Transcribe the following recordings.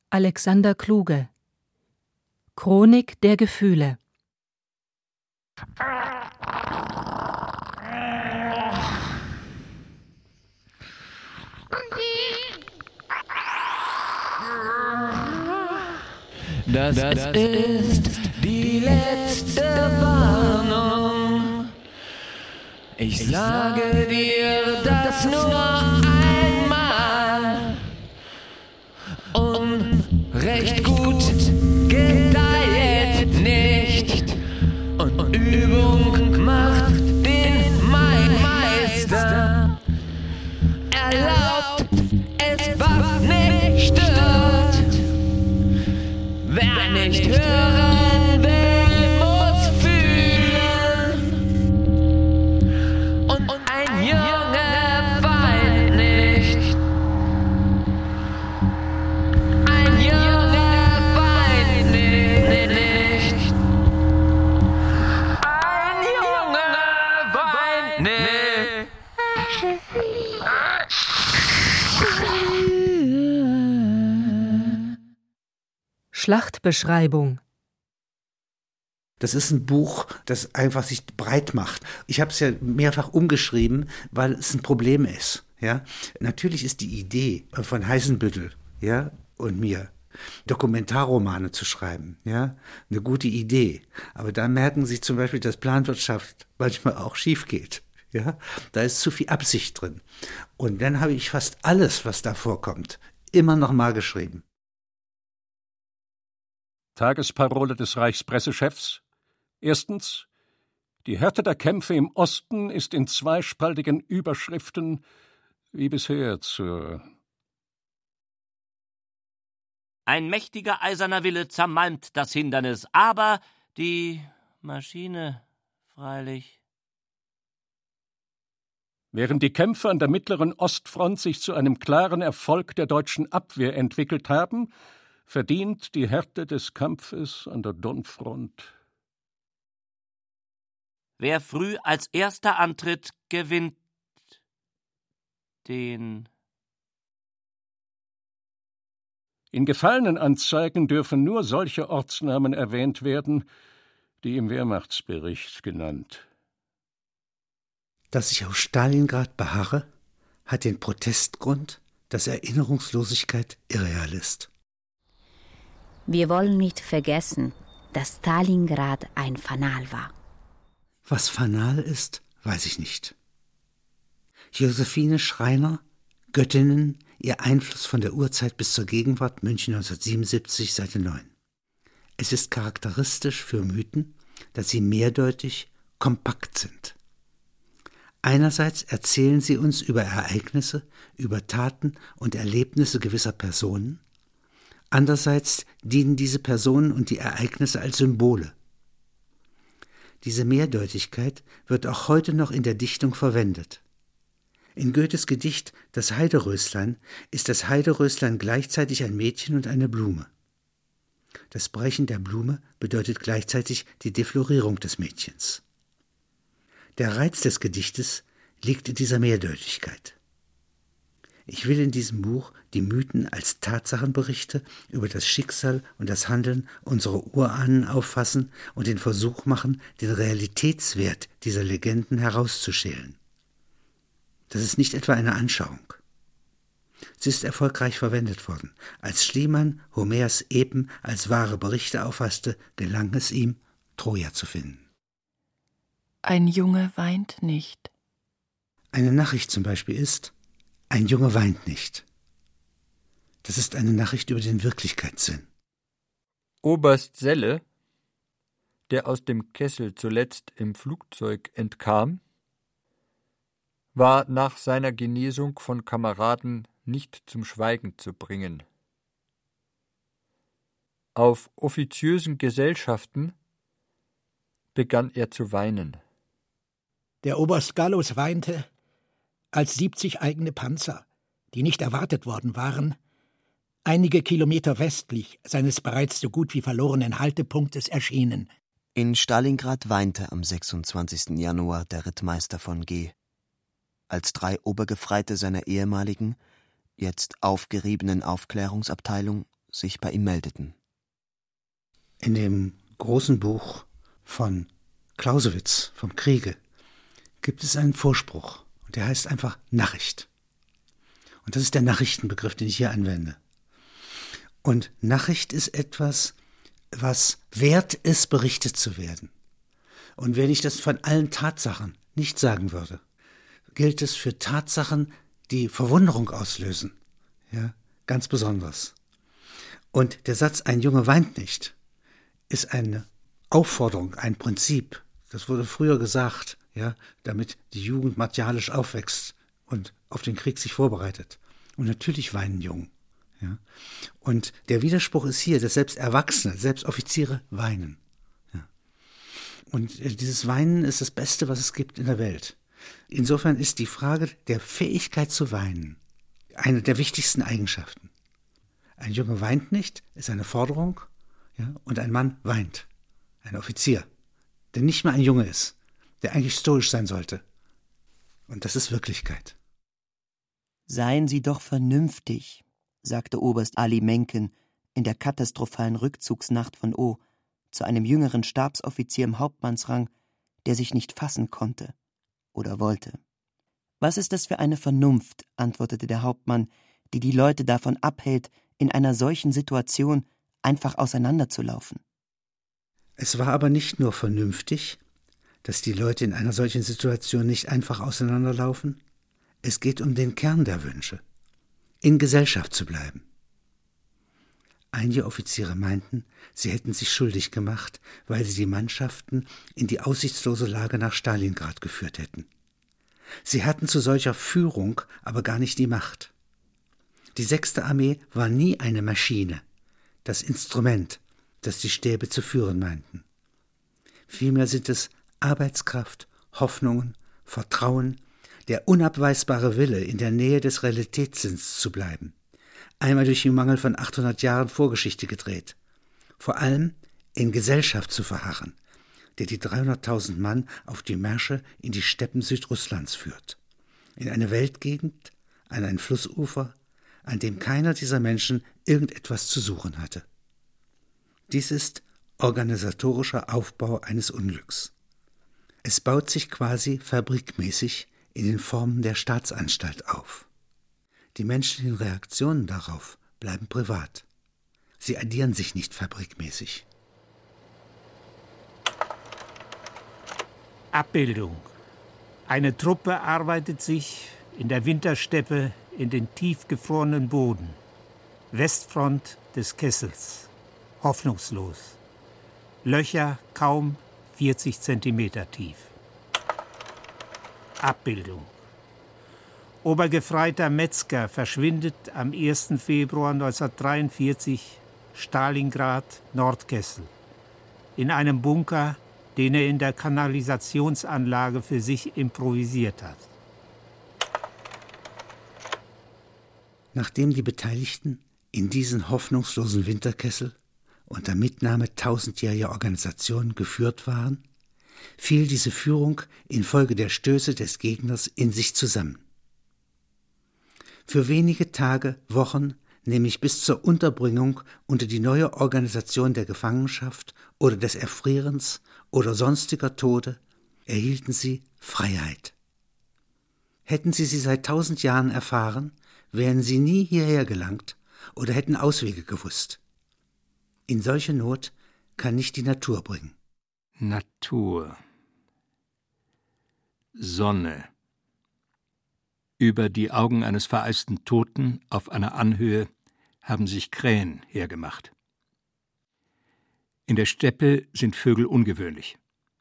Alexander Kluge. Chronik der Gefühle. Das ist die letzte Warnung. Ich sage dir das nur einmal. Unrecht gut gedeiht nicht. Und Übung macht den Meister. Erlaubt es, was nicht stört. Wer nicht hören will, muss fühlen. Und ein Junge weint nicht. Ein Junge weint nicht. Ein Junge weint nicht. Schlachtbeschreibung. Das ist ein Buch, das einfach sich breit macht. Ich habe es ja mehrfach umgeschrieben, weil es ein Problem ist. Ja? Natürlich ist die Idee von Heisenbüttel, ja, und mir, Dokumentarromane zu schreiben, ja, eine gute Idee. Aber da merken Sie zum Beispiel, dass Planwirtschaft manchmal auch schief geht. Ja? Da ist zu viel Absicht drin. Und dann habe ich fast alles, was da vorkommt, immer noch mal geschrieben. Tagesparole des Reichspressechefs. Erstens: Die Härte der Kämpfe im Osten ist in zweispaltigen Überschriften wie bisher zu. Ein mächtiger eiserner Wille zermalmt das Hindernis, aber die Maschine freilich. Während die Kämpfe an der mittleren Ostfront sich zu einem klaren Erfolg der deutschen Abwehr entwickelt haben, verdient die Härte des Kampfes an der Donfront. Wer früh als erster antritt, gewinnt den. In Gefallenenanzeigen dürfen nur solche Ortsnamen erwähnt werden, die im Wehrmachtsbericht genannt. Dass ich auf Stalingrad beharre, hat den Protestgrund, dass Erinnerungslosigkeit irreal ist. Wir wollen nicht vergessen, dass Stalingrad ein Fanal war. Was Fanal ist, weiß ich nicht. Josephine Schreiner, Göttinnen, ihr Einfluss von der Urzeit bis zur Gegenwart, München 1977, Seite 9. Es ist charakteristisch für Mythen, dass sie mehrdeutig, kompakt sind. Einerseits erzählen sie uns über Ereignisse, über Taten und Erlebnisse gewisser Personen. Andererseits dienen diese Personen und die Ereignisse als Symbole. Diese Mehrdeutigkeit wird auch heute noch in der Dichtung verwendet. In Goethes Gedicht »Das Heideröslein« ist das Heideröslein gleichzeitig ein Mädchen und eine Blume. Das Brechen der Blume bedeutet gleichzeitig die Deflorierung des Mädchens. Der Reiz des Gedichtes liegt in dieser Mehrdeutigkeit. Ich will in diesem Buch die Mythen als Tatsachenberichte über das Schicksal und das Handeln unserer Urahnen auffassen und den Versuch machen, den Realitätswert dieser Legenden herauszuschälen. Das ist nicht etwa eine Anschauung. Sie ist erfolgreich verwendet worden. Als Schliemann Homers Epen als wahre Berichte auffasste, gelang es ihm, Troja zu finden. Ein Junge weint nicht. Eine Nachricht zum Beispiel ist: Ein Junge weint nicht. Das ist eine Nachricht über den Wirklichkeitssinn. Oberst Selle, der aus dem Kessel zuletzt im Flugzeug entkam, war nach seiner Genesung von Kameraden nicht zum Schweigen zu bringen. Auf offiziösen Gesellschaften begann er zu weinen. Der Oberst Gallus weinte, als 70 eigene Panzer, die nicht erwartet worden waren, einige Kilometer westlich seines bereits so gut wie verlorenen Haltepunktes erschienen. In Stalingrad weinte am 26. Januar der Rittmeister von G., als 3 Obergefreite seiner ehemaligen, jetzt aufgeriebenen Aufklärungsabteilung sich bei ihm meldeten. In dem großen Buch von Clausewitz vom Kriege gibt es einen Vorspruch und der heißt einfach Nachricht. Und das ist der Nachrichtenbegriff, den ich hier anwende. Und Nachricht ist etwas, was wert ist, berichtet zu werden. Und wenn ich das von allen Tatsachen nicht sagen würde, gilt es für Tatsachen, die Verwunderung auslösen, ja, ganz besonders. Und der Satz, ein Junge weint nicht, ist eine Aufforderung, ein Prinzip. Das wurde früher gesagt, ja, damit die Jugend martialisch aufwächst und auf den Krieg sich vorbereitet. Und natürlich weinen Jungen. Ja. Und der Widerspruch ist hier, dass selbst Erwachsene, selbst Offiziere weinen. Ja. Und dieses Weinen ist das Beste, was es gibt in der Welt. Insofern ist die Frage der Fähigkeit zu weinen eine der wichtigsten Eigenschaften. Ein Junge weint nicht, ist eine Forderung, ja, und ein Mann weint, ein Offizier, der nicht mehr ein Junge ist, der eigentlich stoisch sein sollte. Und das ist Wirklichkeit. Seien Sie doch vernünftig, sagte Oberst Ali Menken in der katastrophalen Rückzugsnacht von O zu einem jüngeren Stabsoffizier im Hauptmannsrang, der sich nicht fassen konnte oder wollte. Was ist das für eine Vernunft, antwortete der Hauptmann, die die Leute davon abhält, in einer solchen Situation einfach auseinanderzulaufen. Es war aber nicht nur vernünftig, dass die Leute in einer solchen Situation nicht einfach auseinanderlaufen. Es geht um den Kern der Wünsche, in Gesellschaft zu bleiben. Einige Offiziere meinten, sie hätten sich schuldig gemacht, weil sie die Mannschaften in die aussichtslose Lage nach Stalingrad geführt hätten. Sie hatten zu solcher Führung aber gar nicht die Macht. Die 6. Armee war nie eine Maschine, das Instrument, das die Stäbe zu führen meinten. Vielmehr sind es Arbeitskraft, Hoffnungen, Vertrauen, der unabweisbare Wille, in der Nähe des Realitätssinns zu bleiben, einmal durch den Mangel von 800 Jahren Vorgeschichte gedreht, vor allem in Gesellschaft zu verharren, der die 300.000 Mann auf die Märsche in die Steppen Südrusslands führt, in eine Weltgegend, an ein Flussufer, an dem keiner dieser Menschen irgendetwas zu suchen hatte. Dies ist organisatorischer Aufbau eines Unglücks. Es baut sich quasi fabrikmäßig in den Formen der Staatsanstalt auf. Die menschlichen Reaktionen darauf bleiben privat. Sie addieren sich nicht fabrikmäßig. Abbildung. Eine Truppe arbeitet sich in der Wintersteppe in den tiefgefrorenen Boden. Westfront des Kessels. Hoffnungslos. Löcher kaum 40 Zentimeter tief. Abbildung. Obergefreiter Metzger verschwindet am 1. Februar 1943 Stalingrad, Nordkessel, in einem Bunker, den er in der Kanalisationsanlage für sich improvisiert hat. Nachdem die Beteiligten in diesen hoffnungslosen Winterkessel unter Mitnahme 1000-jähriger Organisationen geführt waren, fiel diese Führung infolge der Stöße des Gegners in sich zusammen. Für wenige Tage, Wochen, nämlich bis zur Unterbringung unter die neue Organisation der Gefangenschaft oder des Erfrierens oder sonstiger Tode, erhielten sie Freiheit. Hätten sie seit 1000 Jahren erfahren, wären sie nie hierher gelangt oder hätten Auswege gewusst. In solche Not kann nicht die Natur bringen. Natur. Sonne. Über die Augen eines vereisten Toten auf einer Anhöhe haben sich Krähen hergemacht. In der Steppe sind Vögel ungewöhnlich.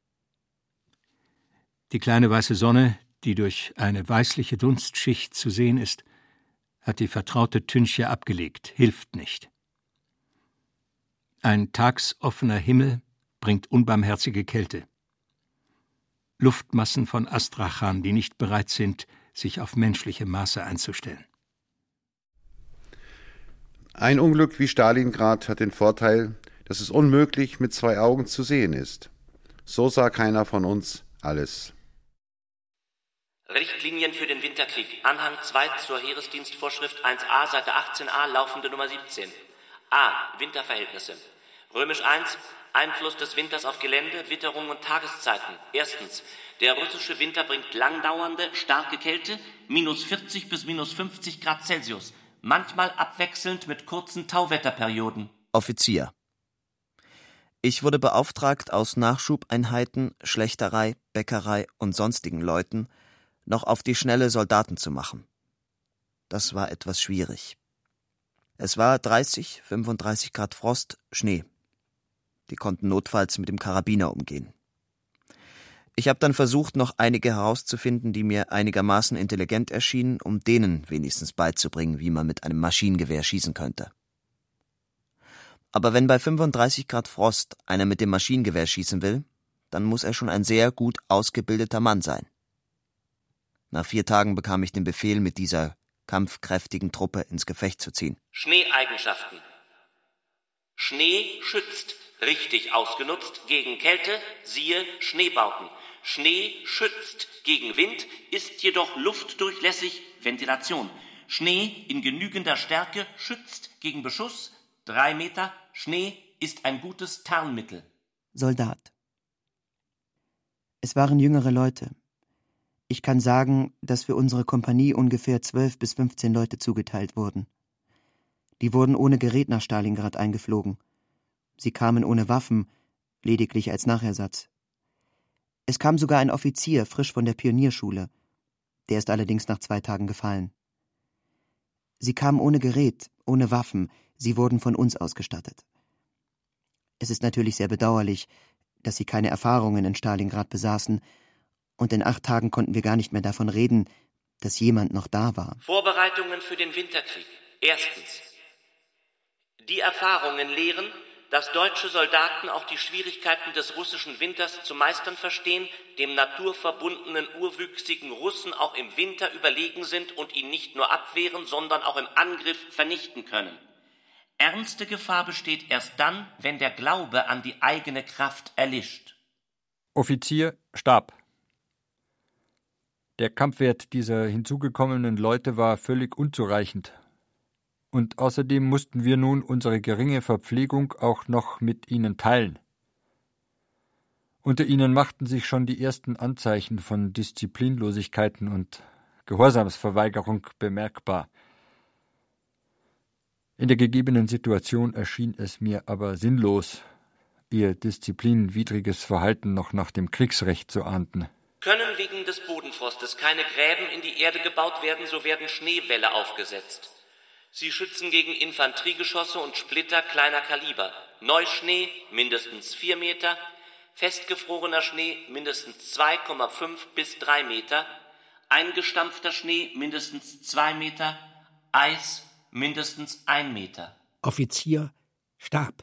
Die kleine weiße Sonne, die durch eine weißliche Dunstschicht zu sehen ist, hat die vertraute Tünche abgelegt, hilft nicht. Ein tagsoffener Himmel bringt unbarmherzige Kälte. Luftmassen von Astrachan, die nicht bereit sind, sich auf menschliche Maße einzustellen. Ein Unglück wie Stalingrad hat den Vorteil, dass es unmöglich mit 2 Augen zu sehen ist. So sah keiner von uns alles. Richtlinien für den Winterkrieg. Anhang 2 zur Heeresdienstvorschrift 1a, Seite 18a, laufende Nummer 17. A. Winterverhältnisse. Römisch 1. Einfluss des Winters auf Gelände, Witterung und Tageszeiten. Erstens. Der russische Winter bringt langdauernde, starke Kälte, minus 40 bis minus 50 Grad Celsius. Manchmal abwechselnd mit kurzen Tauwetterperioden. Offizier. Ich wurde beauftragt, aus Nachschubeinheiten, Schlächterei, Bäckerei und sonstigen Leuten noch auf die Schnelle Soldaten zu machen. Das war etwas schwierig. Es war 30, 35 Grad Frost, Schnee. Die konnten notfalls mit dem Karabiner umgehen. Ich habe dann versucht, noch einige herauszufinden, die mir einigermaßen intelligent erschienen, um denen wenigstens beizubringen, wie man mit einem Maschinengewehr schießen könnte. Aber wenn bei 35 Grad Frost einer mit dem Maschinengewehr schießen will, dann muss er schon ein sehr gut ausgebildeter Mann sein. Nach 4 Tagen bekam ich den Befehl, mit dieser kampfkräftigen Truppe ins Gefecht zu ziehen. Schneeeigenschaften. Schnee schützt, richtig ausgenutzt, gegen Kälte, siehe Schneebauten. Schnee schützt gegen Wind, ist jedoch luftdurchlässig, Ventilation. Schnee in genügender Stärke schützt gegen Beschuss, 3 Meter. Schnee ist ein gutes Tarnmittel. Soldat. Es waren jüngere Leute. Ich kann sagen, dass für unsere Kompanie ungefähr 12 bis 15 Leute zugeteilt wurden. Die wurden ohne Gerät nach Stalingrad eingeflogen. Sie kamen ohne Waffen, lediglich als Nachersatz. Es kam sogar ein Offizier, frisch von der Pionierschule. Der ist allerdings nach 2 Tagen gefallen. Sie kamen ohne Gerät, ohne Waffen, sie wurden von uns ausgestattet. Es ist natürlich sehr bedauerlich, dass sie keine Erfahrungen in Stalingrad besaßen, und in 8 Tagen konnten wir gar nicht mehr davon reden, dass jemand noch da war. Vorbereitungen für den Winterkrieg. Erstens. Die Erfahrungen lehren, dass deutsche Soldaten auch die Schwierigkeiten des russischen Winters zu meistern verstehen, dem naturverbundenen, urwüchsigen Russen auch im Winter überlegen sind und ihn nicht nur abwehren, sondern auch im Angriff vernichten können. Ernste Gefahr besteht erst dann, wenn der Glaube an die eigene Kraft erlischt. Offizier, Stab. Der Kampfwert dieser hinzugekommenen Leute war völlig unzureichend. Und außerdem mussten wir nun unsere geringe Verpflegung auch noch mit ihnen teilen. Unter ihnen machten sich schon die ersten Anzeichen von Disziplinlosigkeiten und Gehorsamsverweigerung bemerkbar. In der gegebenen Situation erschien es mir aber sinnlos, ihr disziplinwidriges Verhalten noch nach dem Kriegsrecht zu ahnden. Können wegen des Bodenfrostes keine Gräben in die Erde gebaut werden, so werden Schneewälle aufgesetzt. Sie schützen gegen Infanteriegeschosse und Splitter kleiner Kaliber. Neuschnee mindestens 4 Meter, festgefrorener Schnee mindestens 2,5 bis 3 Meter, eingestampfter Schnee mindestens 2 Meter, Eis mindestens 1 Meter. Offizier, Stab.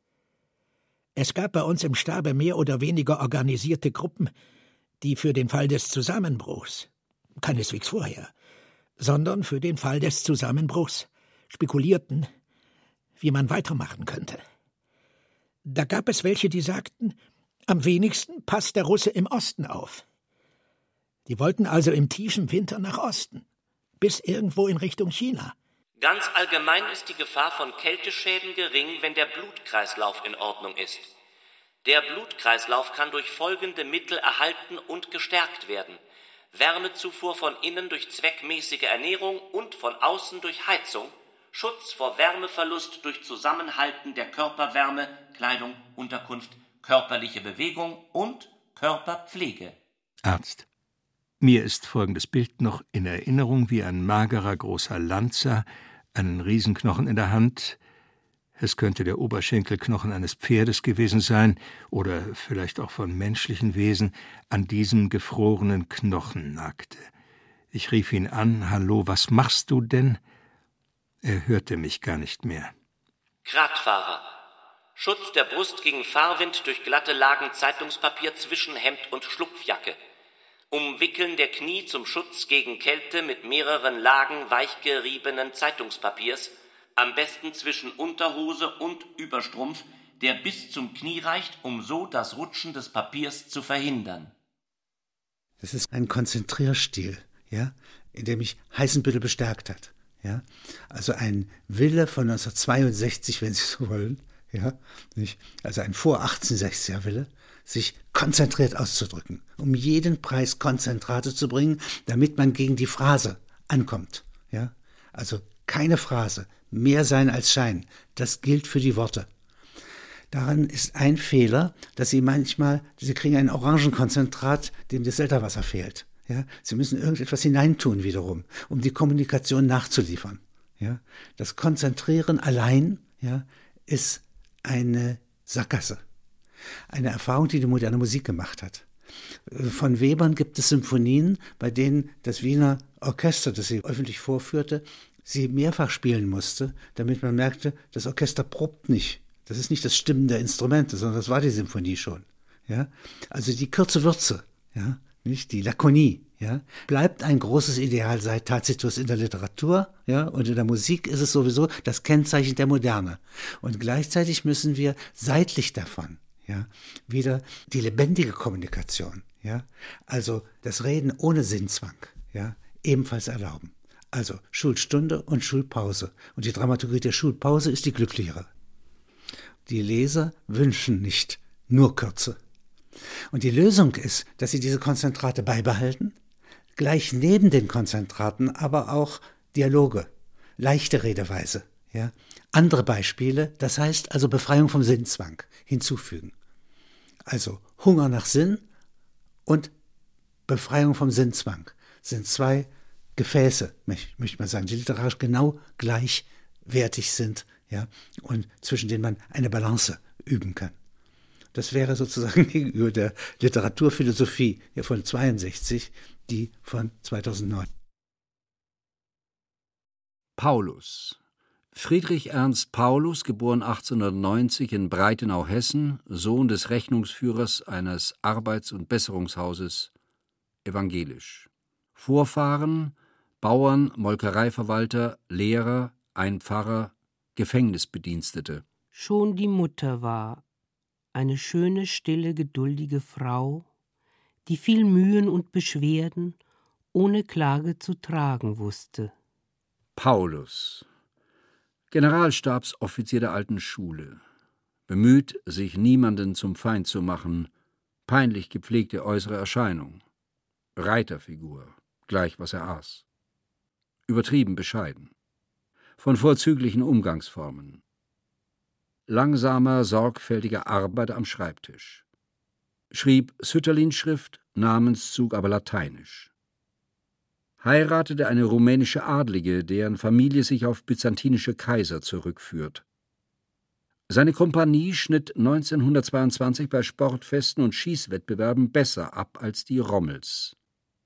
Es gab bei uns im Stabe mehr oder weniger organisierte Gruppen, die für den Fall des Zusammenbruchs, keineswegs vorher, sondern für den Fall des Zusammenbruchs spekulierten, wie man weitermachen könnte. Da gab es welche, die sagten, am wenigsten passt der Russe im Osten auf. Die wollten also im tiefen Winter nach Osten, bis irgendwo in Richtung China. Ganz allgemein ist die Gefahr von Kälteschäden gering, wenn der Blutkreislauf in Ordnung ist. Der Blutkreislauf kann durch folgende Mittel erhalten und gestärkt werden: Wärmezufuhr von innen durch zweckmäßige Ernährung und von außen durch Heizung, Schutz vor Wärmeverlust durch Zusammenhalten der Körperwärme, Kleidung, Unterkunft, körperliche Bewegung und Körperpflege. Arzt. Mir ist folgendes Bild noch in Erinnerung, wie ein magerer großer Lanzer, einen Riesenknochen in der Hand, es könnte der Oberschenkelknochen eines Pferdes gewesen sein oder vielleicht auch von menschlichen Wesen, an diesem gefrorenen Knochen nagte. Ich rief ihn an: »Hallo, was machst du denn?« Er hörte mich gar nicht mehr. Gradfahrer. Schutz der Brust gegen Fahrwind durch glatte Lagen Zeitungspapier zwischen Hemd und Schlupfjacke. Umwickeln der Knie zum Schutz gegen Kälte mit mehreren Lagen weichgeriebenen Zeitungspapiers, am besten zwischen Unterhose und Überstrumpf, der bis zum Knie reicht, um so das Rutschen des Papiers zu verhindern. Das ist ein Konzentrierstil, ja, in dem mich Heißenbüttel bestärkt hat. Ja? Also ein Wille von 1962, wenn Sie so wollen, ja? Nicht? Also ein vor 1860er Wille, sich konzentriert auszudrücken, um jeden Preis Konzentrate zu bringen, damit man gegen die Phrase ankommt. Ja? Also keine Phrase, mehr sein als Schein, das gilt für die Worte. Daran ist ein Fehler, dass Sie kriegen ein Orangenkonzentrat, dem das Selterwasser fehlt. Ja? Sie müssen irgendetwas hineintun wiederum, um die Kommunikation nachzuliefern. Ja? Das Konzentrieren allein, ja, ist eine Sackgasse. Eine Erfahrung, die moderne Musik gemacht hat. Von Webern gibt es Symphonien, bei denen das Wiener Orchester, das sie öffentlich vorführte, sie mehrfach spielen musste, damit man merkte, das Orchester probt nicht. Das ist nicht das Stimmen der Instrumente, sondern das war die Symphonie schon. Ja? Also die kurze Würze, ja? Nicht die Lakonie, ja? Bleibt ein großes Ideal seit Tacitus in der Literatur, ja? Und in der Musik ist es sowieso das Kennzeichen der Moderne. Und gleichzeitig müssen wir seitlich davon, ja, wieder die lebendige Kommunikation, ja, also das Reden ohne Sinnzwang, ja, ebenfalls erlauben. Also Schulstunde und Schulpause. Und die Dramaturgie der Schulpause ist die glücklichere. Die Leser wünschen nicht nur Kürze. Und die Lösung ist, dass sie diese Konzentrate beibehalten, gleich neben den Konzentraten aber auch Dialoge, leichte Redeweise, ja, andere Beispiele, das heißt also Befreiung vom Sinnzwang hinzufügen. Also Hunger nach Sinn und Befreiung vom Sinnzwang sind zwei Gefäße, möchte man sagen, die literarisch genau gleichwertig sind, ja, und zwischen denen man eine Balance üben kann. Das wäre sozusagen gegenüber der Literaturphilosophie von 1962 die von 2009. Paulus. Friedrich Ernst Paulus, geboren 1890 in Breitenau, Hessen, Sohn des Rechnungsführers eines Arbeits- und Besserungshauses, evangelisch. Vorfahren: Bauern, Molkereiverwalter, Lehrer, ein Pfarrer, Gefängnisbedienstete. Schon die Mutter war eine schöne, stille, geduldige Frau, die viel Mühen und Beschwerden ohne Klage zu tragen wusste. Paulus. Generalstabsoffizier der alten Schule, bemüht, sich niemanden zum Feind zu machen, peinlich gepflegte äußere Erscheinung, Reiterfigur, gleich was er aß, übertrieben bescheiden, von vorzüglichen Umgangsformen, langsamer, sorgfältiger Arbeit am Schreibtisch, schrieb Sütterlin-Schrift, Namenszug aber lateinisch. Heiratete eine rumänische Adlige, deren Familie sich auf byzantinische Kaiser zurückführt. Seine Kompanie schnitt 1922 bei Sportfesten und Schießwettbewerben besser ab als die Rommels.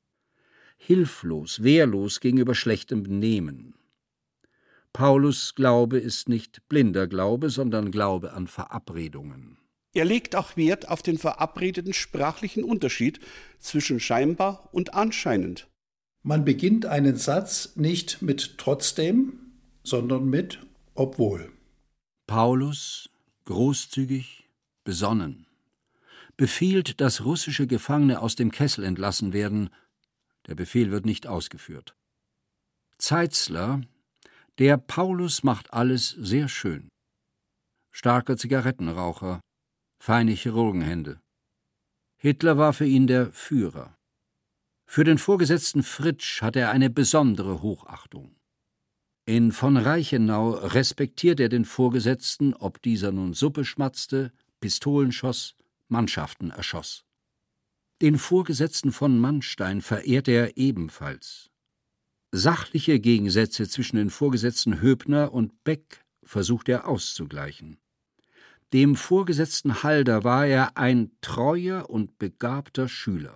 Hilflos, wehrlos gegenüber schlechtem Benehmen. Paulus' Glaube ist nicht blinder Glaube, sondern Glaube an Verabredungen. Er legt auch Wert auf den verabredeten sprachlichen Unterschied zwischen scheinbar und anscheinend. Man beginnt einen Satz nicht mit trotzdem, sondern mit obwohl. Paulus, großzügig, besonnen, befiehlt, dass russische Gefangene aus dem Kessel entlassen werden. Der Befehl wird nicht ausgeführt. Zeitzler: Der Paulus macht alles sehr schön. Starker Zigarettenraucher, feine Chirurgenhände. Hitler war für ihn der Führer. Für den Vorgesetzten Fritsch hatte er eine besondere Hochachtung. In von Reichenau respektiert er den Vorgesetzten, ob dieser nun Suppe schmatzte, Pistolen schoss, Mannschaften erschoss. Den Vorgesetzten von Mannstein verehrt er ebenfalls. Sachliche Gegensätze zwischen den Vorgesetzten Höbner und Beck versucht er auszugleichen. Dem Vorgesetzten Halder war er ein treuer und begabter Schüler.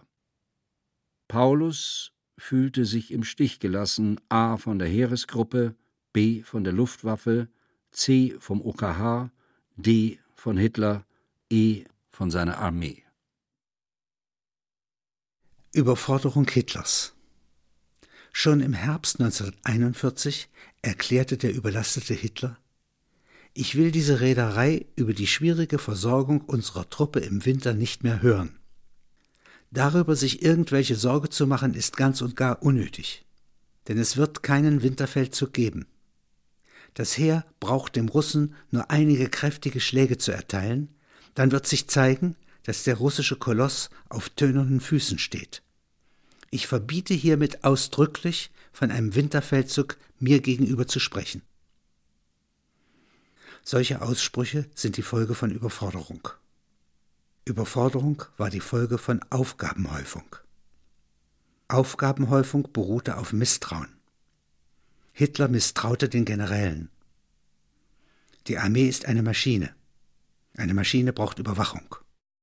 Paulus fühlte sich im Stich gelassen, A von der Heeresgruppe, B von der Luftwaffe, C vom OKH, D von Hitler, E von seiner Armee. Überforderung Hitlers. Schon im Herbst 1941 erklärte der überlastete Hitler: Ich will diese Reederei über die schwierige Versorgung unserer Truppe im Winter nicht mehr hören. Darüber sich irgendwelche Sorge zu machen, ist ganz und gar unnötig. denn es wird keinen Winterfeldzug geben. Das Heer braucht dem Russen nur einige kräftige Schläge zu erteilen, dann wird sich zeigen, dass der russische Koloss auf tönernen Füßen steht. Ich verbiete hiermit ausdrücklich, von einem Winterfeldzug mir gegenüber zu sprechen. Solche Aussprüche sind die Folge von Überforderung. Überforderung war die Folge von Aufgabenhäufung. Aufgabenhäufung beruhte auf Misstrauen. Hitler misstraute den Generälen. Die Armee ist eine Maschine. Eine Maschine braucht Überwachung.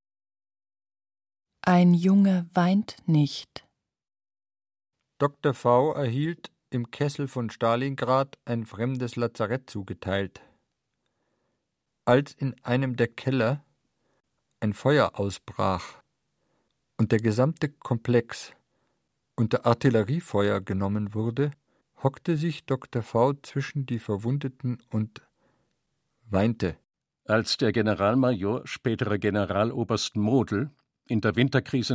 Ein Junge weint nicht. Dr. V. erhielt im Kessel von Stalingrad ein fremdes Lazarett zugeteilt. Als in einem der Keller ein Feuer ausbrach und der gesamte Komplex unter Artilleriefeuer genommen wurde, hockte sich Dr. V. zwischen die Verwundeten und weinte. Als der Generalmajor, spätere Generaloberst Model, in der Winterkrise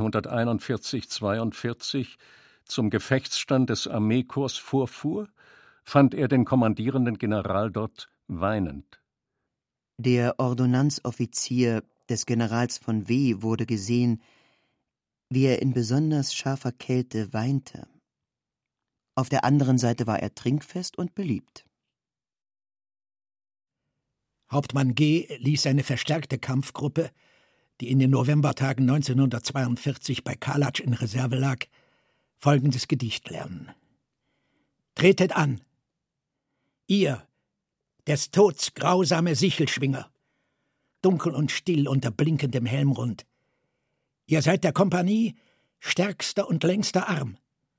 1941/42 zum Gefechtsstand des Armeekorps vorfuhr, fand er den kommandierenden General dort weinend. Der Ordonnanzoffizier des Generals von W. wurde gesehen, wie er in besonders scharfer Kälte weinte. Auf der anderen Seite war er trinkfest und beliebt. Hauptmann G. ließ seine verstärkte Kampfgruppe, die in den Novembertagen 1942 bei Kalatsch in Reserve lag, folgendes Gedicht lernen. Tretet an! Ihr, des Tods grausame Sichelschwinger, dunkel und still unter blinkendem Helmrund. Ihr seid der Kompanie stärkster und längster Arm.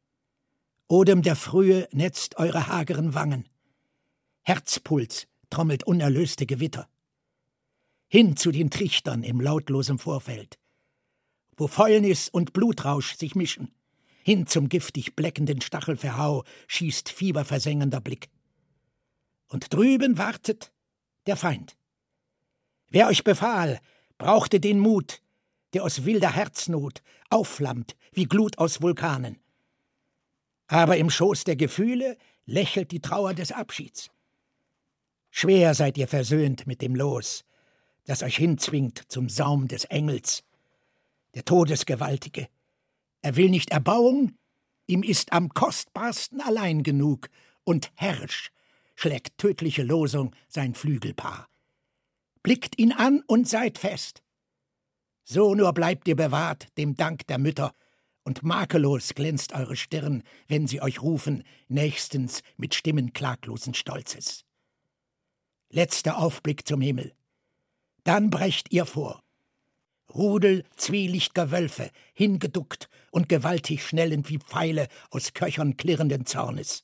Odem der Frühe netzt eure hageren Wangen. Herzpuls trommelt unerlöste Gewitter. Hin zu den Trichtern im lautlosen Vorfeld, wo Fäulnis und Blutrausch sich mischen. Hin zum giftig bleckenden Stachelverhau schießt fieberversengender Blick. Und drüben wartet der Feind. Wer euch befahl, brauchte den Mut, der aus wilder Herznot aufflammt wie Glut aus Vulkanen. Aber im Schoß der Gefühle lächelt die Trauer des Abschieds. Schwer seid ihr versöhnt mit dem Los, das euch hinzwingt zum Saum des Engels. Der Todesgewaltige, er will nicht Erbauung, ihm ist am kostbarsten allein genug, und herrsch schlägt tödliche Losung sein Flügelpaar. Blickt ihn an und seid fest. So nur bleibt ihr bewahrt dem Dank der Mütter, und makellos glänzt eure Stirn, wenn sie euch rufen, nächstens mit Stimmen klaglosen Stolzes. Letzter Aufblick zum Himmel. Dann brecht ihr vor. Rudel zwielichtger Wölfe, hingeduckt und gewaltig schnellend wie Pfeile aus Köchern klirrenden Zornes.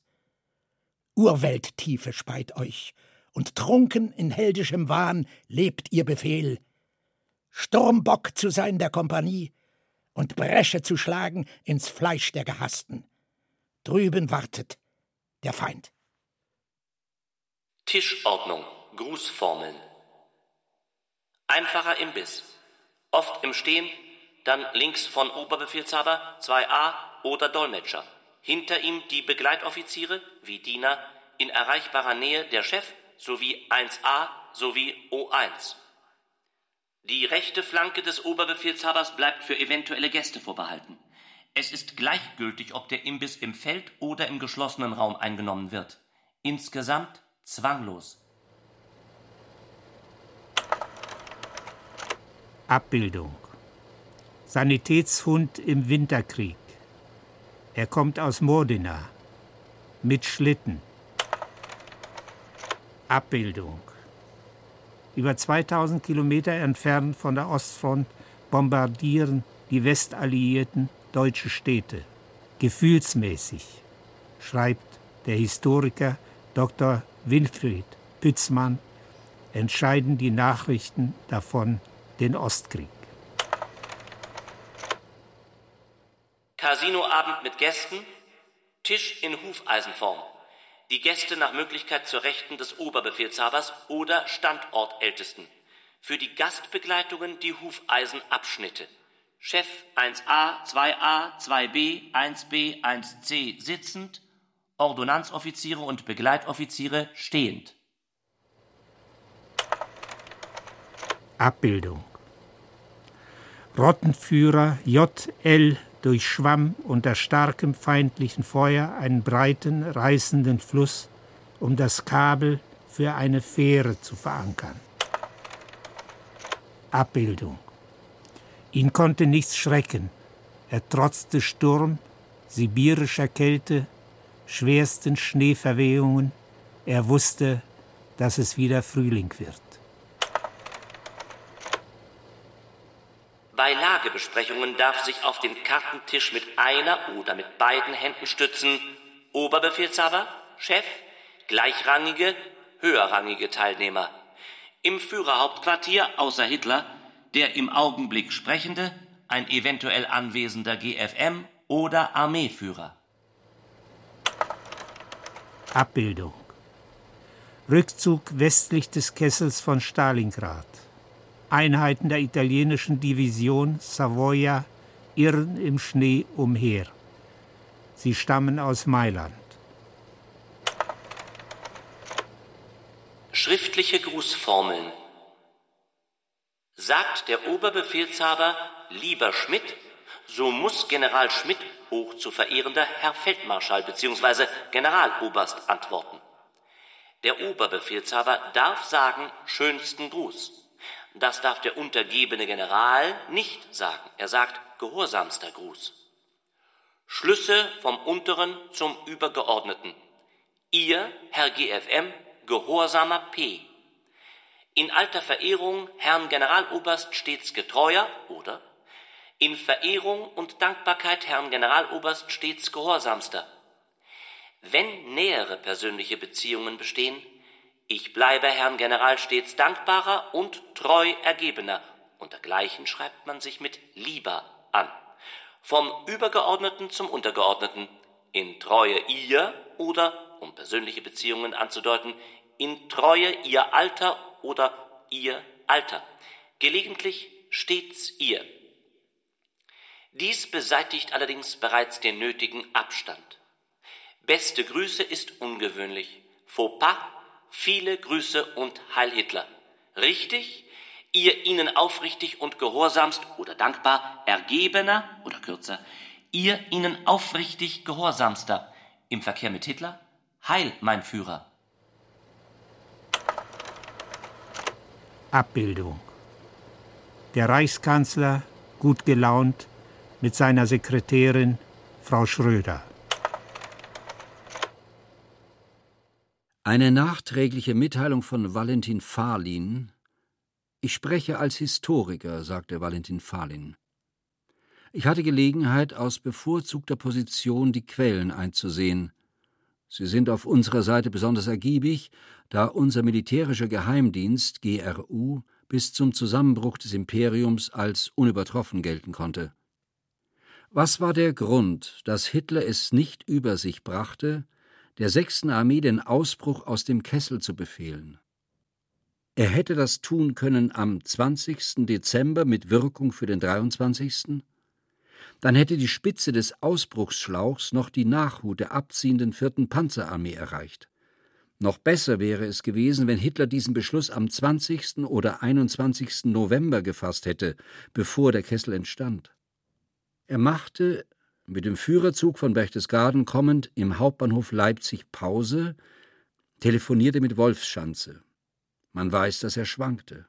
Urwelttiefe speit euch, und trunken in heldischem Wahn lebt ihr Befehl, Sturmbock zu sein der Kompanie und Bresche zu schlagen ins Fleisch der Gehassten. Drüben wartet der Feind. Tischordnung, Grußformeln. Einfacher Imbiss. Oft im Stehen, dann links von Oberbefehlshaber, 2a oder Dolmetscher. Hinter ihm die Begleitoffiziere, wie Diener, in erreichbarer Nähe der Chef sowie 1a sowie O1. Die rechte Flanke des Oberbefehlshabers bleibt für eventuelle Gäste vorbehalten. Es ist gleichgültig, ob der Imbiss im Feld oder im geschlossenen Raum eingenommen wird. Insgesamt zwanglos. Abbildung. Sanitätshund im Winterkrieg. Er kommt aus Modena. Mit Schlitten. Abbildung. Über 2000 Kilometer entfernt von der Ostfront bombardieren die Westalliierten deutsche Städte. Gefühlsmäßig, schreibt der Historiker Dr. Winfried Pützmann, entscheiden die Nachrichten davon den Ostkrieg. Casinoabend mit Gästen, Tisch in Hufeisenform. Die Gäste nach Möglichkeit zur Rechten des Oberbefehlshabers oder Standortältesten. Für die Gastbegleitungen die Hufeisenabschnitte. Chef 1a, 2a, 2b, 1b, 1c sitzend, Ordonnanzoffiziere und Begleitoffiziere stehend. Abbildung. Rottenführer J.L. durchschwamm unter starkem feindlichen Feuer einen breiten, reißenden Fluss, um das Kabel für eine Fähre zu verankern. Abbildung. Ihn konnte nichts schrecken. Er trotzte Sturm, sibirischer Kälte, schwersten Schneeverwehungen. Er wusste, dass es wieder Frühling wird. Bei Lagebesprechungen darf sich auf den Kartentisch mit einer oder mit beiden Händen stützen Oberbefehlshaber, Chef, gleichrangige, höherrangige Teilnehmer. Im Führerhauptquartier außer Hitler der im Augenblick Sprechende, ein eventuell anwesender GFM oder Armeeführer. Abbildung. Rückzug westlich des Kessels von Stalingrad. Einheiten der italienischen Division Savoia irren im Schnee umher. Sie stammen aus Mailand. Schriftliche Grußformeln. Sagt der Oberbefehlshaber, lieber Schmidt, so muss General Schmidt, hoch zu verehrender Herr Feldmarschall bzw. Generaloberst antworten. Der Oberbefehlshaber darf sagen, schönsten Gruß. Das darf der untergebene General nicht sagen. Er sagt, gehorsamster Gruß. Schlüsse vom Unteren zum Übergeordneten. Ihr, Herr GFM, gehorsamer P. In alter Verehrung Herrn Generaloberst stets getreuer, oder? In Verehrung und Dankbarkeit Herrn Generaloberst stets gehorsamster. Wenn nähere persönliche Beziehungen bestehen, ich bleibe Herrn General stets dankbarer und treu ergebener. Untergleichen schreibt man sich mit lieber an. Vom Übergeordneten zum Untergeordneten. In Treue ihr oder, um persönliche Beziehungen anzudeuten, in Treue ihr Alter oder ihr Alter. Gelegentlich stets ihr. Dies beseitigt allerdings bereits den nötigen Abstand. Beste Grüße ist ungewöhnlich. Faux pas, viele Grüße und Heil Hitler. Richtig, ihr ihnen aufrichtig und gehorsamst oder dankbar ergebener oder kürzer, ihr ihnen aufrichtig gehorsamster. Im Verkehr mit Hitler, Heil, mein Führer. Abbildung. Der Reichskanzler, gut gelaunt, mit seiner Sekretärin, Frau Schröder. Eine nachträgliche Mitteilung von Valentin Fahlin. Ich spreche als Historiker, sagte Valentin Fahlin. Ich hatte Gelegenheit, aus bevorzugter Position die Quellen einzusehen. Sie sind auf unserer Seite besonders ergiebig, da unser militärischer Geheimdienst, GRU, bis zum Zusammenbruch des Imperiums als unübertroffen gelten konnte. Was war der Grund, dass Hitler es nicht über sich brachte, der 6. Armee den Ausbruch aus dem Kessel zu befehlen? Er hätte das tun können am 20. Dezember mit Wirkung für den 23. Dann hätte die Spitze des Ausbruchsschlauchs noch die Nachhut der abziehenden 4. Panzerarmee erreicht. Noch besser wäre es gewesen, wenn Hitler diesen Beschluss am 20. oder 21. November gefasst hätte, bevor der Kessel entstand. Er machte, mit dem Führerzug von Berchtesgaden kommend, im Hauptbahnhof Leipzig Pause, telefonierte mit Wolfschanze. Man weiß, dass er schwankte.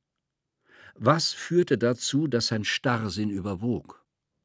Was führte dazu, dass sein Starrsinn überwog?